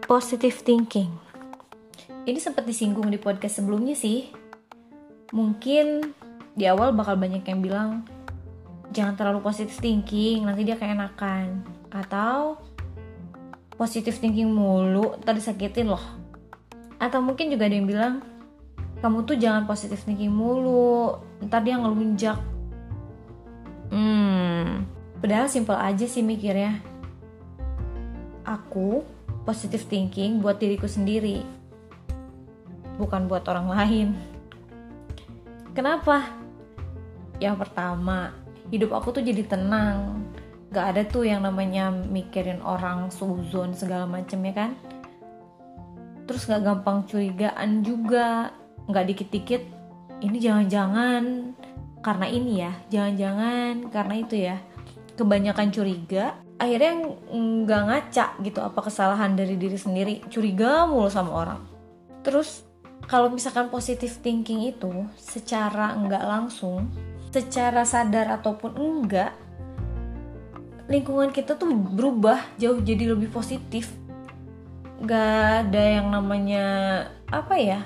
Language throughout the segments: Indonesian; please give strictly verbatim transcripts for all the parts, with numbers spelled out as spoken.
Positive thinking. Ini sempat disinggung di podcast sebelumnya sih. Mungkin di awal bakal banyak yang bilang jangan terlalu positive thinking, nanti dia keenakan. Atau positive thinking mulu, ntar disakitin loh. Atau mungkin juga ada yang bilang kamu tuh jangan positive thinking mulu, ntar dia ngelunjak. Hmm, padahal simple aja sih mikirnya. Aku positive thinking buat diriku sendiri, bukan buat orang lain. Kenapa? Yang pertama, hidup aku tuh jadi tenang. Gak ada tuh yang namanya mikirin orang suzon segala macem ya kan. Terus gak gampang curigaan juga. Gak dikit-dikit ini jangan-jangan karena ini ya, jangan-jangan karena itu ya. Kebanyakan curiga, akhirnya nggak ngaca gitu apa kesalahan dari diri sendiri, curiga mulu sama orang. Terus kalau misalkan positive thinking itu secara nggak langsung, secara sadar ataupun enggak, lingkungan kita tuh berubah jauh jadi lebih positif. Nggak ada yang namanya apa ya,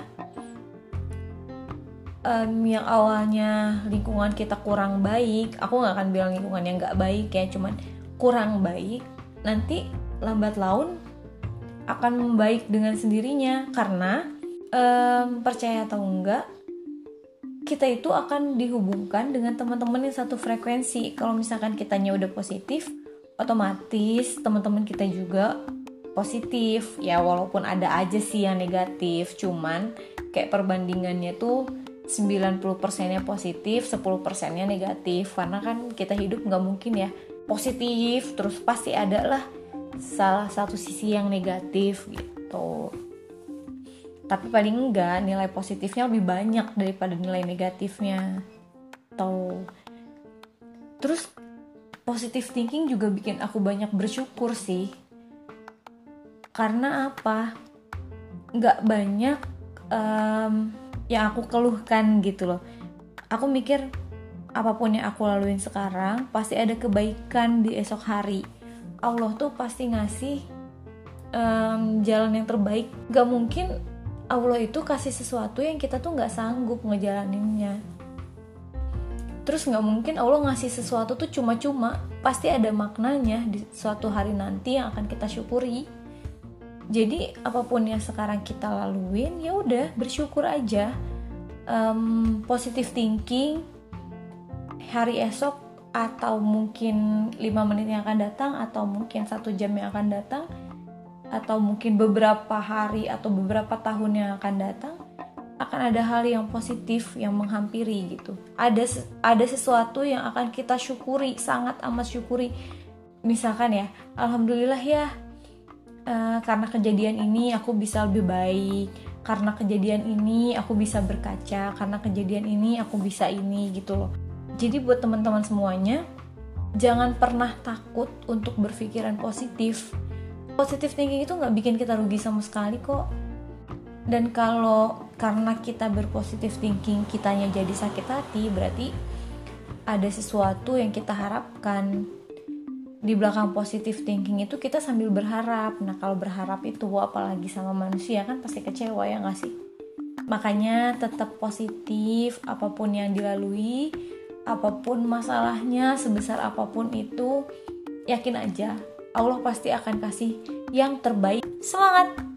Um, yang awalnya lingkungan kita kurang baik, aku nggak akan bilang lingkungan yang nggak baik ya, cuman kurang baik, nanti lambat laun akan membaik dengan sendirinya karena um, percaya atau enggak, kita itu akan dihubungkan dengan teman-teman yang satu frekuensi. Kalau misalkan kitanya udah positif, otomatis teman-teman kita juga positif ya, walaupun ada aja sih yang negatif, cuman kayak perbandingannya tuh sembilan puluh persennya positif, sepuluh persennya negatif. Karena kan kita hidup gak mungkin ya positif terus, pasti ada lah salah satu sisi yang negatif gitu. Tapi paling enggak nilai positifnya lebih banyak daripada nilai negatifnya tuh. Terus positive thinking juga bikin aku banyak bersyukur sih. Karena apa? Gak banyak um, yang aku keluhkan gitu loh. Aku mikir apapun yang aku laluin sekarang pasti ada kebaikan di esok hari. Allah tuh pasti ngasih um, jalan yang terbaik. Gak mungkin Allah itu kasih sesuatu yang kita tuh gak sanggup ngejalaninnya. Terus gak mungkin Allah ngasih sesuatu tuh cuma-cuma. Pasti ada maknanya di suatu hari nanti yang akan kita syukuri. Jadi apapun yang sekarang kita laluin, ya udah bersyukur aja. Um, positive thinking, hari esok atau mungkin lima menit yang akan datang, atau mungkin satu jam yang akan datang, atau mungkin beberapa hari atau beberapa tahun yang akan datang, akan ada hal yang positif yang menghampiri gitu. Ada ada sesuatu yang akan kita syukuri, sangat amat syukuri. Misalkan ya, alhamdulillah ya. Uh, karena kejadian ini aku bisa lebih baik, karena kejadian ini aku bisa berkaca, karena kejadian ini aku bisa ini gitu loh. Jadi buat teman-teman semuanya, jangan pernah takut untuk berpikiran positif. Positive thinking itu gak bikin kita rugi sama sekali kok. Dan kalau karena kita berpositive thinking kitanya jadi sakit hati, berarti ada sesuatu yang kita harapkan. Di belakang positive thinking itu kita sambil berharap. Nah kalau berharap itu apalagi sama manusia kan pasti kecewa ya gak sih? Makanya tetap positif apapun yang dilalui, apapun masalahnya, sebesar apapun itu, yakin aja Allah pasti akan kasih yang terbaik. Semangat!